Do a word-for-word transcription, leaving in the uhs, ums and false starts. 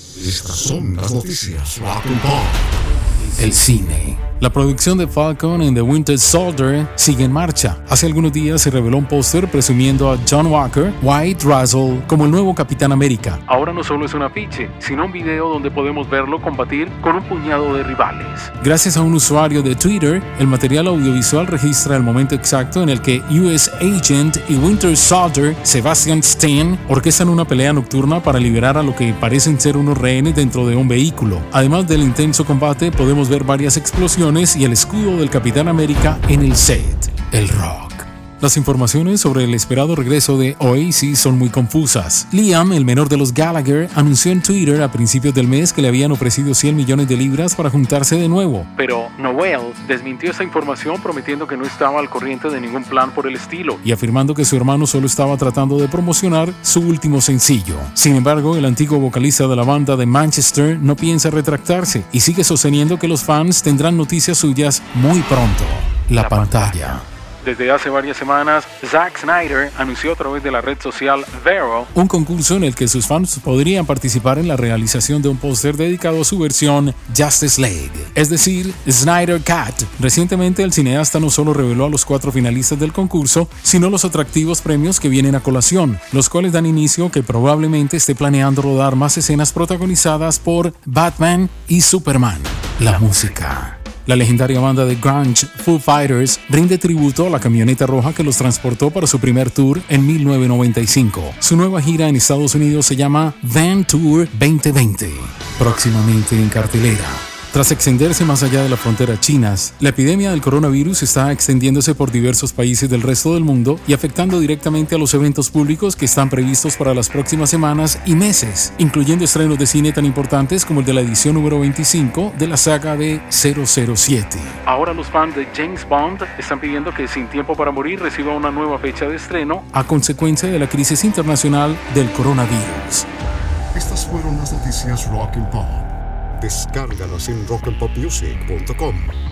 Estas son las noticias Rock and Pop. El cine. La producción de Falcon and the Winter Soldier sigue en marcha. Hace algunos días se reveló un póster presumiendo a John Walker, White Russell, como el nuevo Capitán América. Ahora no solo es un afiche, sino un video donde podemos verlo combatir con un puñado de rivales. Gracias a un usuario de Twitter, el material audiovisual registra el momento exacto en el que U S Agent y Winter Soldier, Sebastian Stan, orquestan una pelea nocturna para liberar a lo que parecen ser unos rehenes dentro de un vehículo. Además del intenso combate, podemos ver varias explosiones y el escudo del Capitán América en el set, el rock. Las informaciones sobre el esperado regreso de Oasis son muy confusas. Liam, el menor de los Gallagher, anunció en Twitter a principios del mes que le habían ofrecido cien millones de libras para juntarse de nuevo. Pero Noel desmintió esa información prometiendo que no estaba al corriente de ningún plan por el estilo y afirmando que su hermano solo estaba tratando de promocionar su último sencillo. Sin embargo, el antiguo vocalista de la banda de Manchester no piensa retractarse y sigue sosteniendo que los fans tendrán noticias suyas muy pronto. La, la pantalla. pantalla. Desde hace varias semanas, Zack Snyder anunció a través de la red social Vero un concurso en el que sus fans podrían participar en la realización de un póster dedicado a su versión Justice League, es decir, Snyder Cut. Recientemente el cineasta no solo reveló a los cuatro finalistas del concurso, sino los atractivos premios que vienen a colación, los cuales dan inicio que probablemente esté planeando rodar más escenas protagonizadas por Batman y Superman. La, la música. La legendaria banda de grunge Foo Fighters rinde tributo a la camioneta roja que los transportó para su primer tour en mil novecientos noventa y cinco. Su nueva gira en Estados Unidos se llama Van Tour veinte veinte, próximamente en cartelera. Tras extenderse más allá de las fronteras chinas, la epidemia del coronavirus está extendiéndose por diversos países del resto del mundo y afectando directamente a los eventos públicos que están previstos para las próximas semanas y meses, incluyendo estrenos de cine tan importantes como el de la edición número veinticinco de la saga de cero cero siete. Ahora los fans de James Bond están pidiendo que Sin Tiempo para Morir reciba una nueva fecha de estreno a consecuencia de la crisis internacional del coronavirus. Estas fueron las noticias Rock and Pop. Descárgalas en rock and pop music punto com.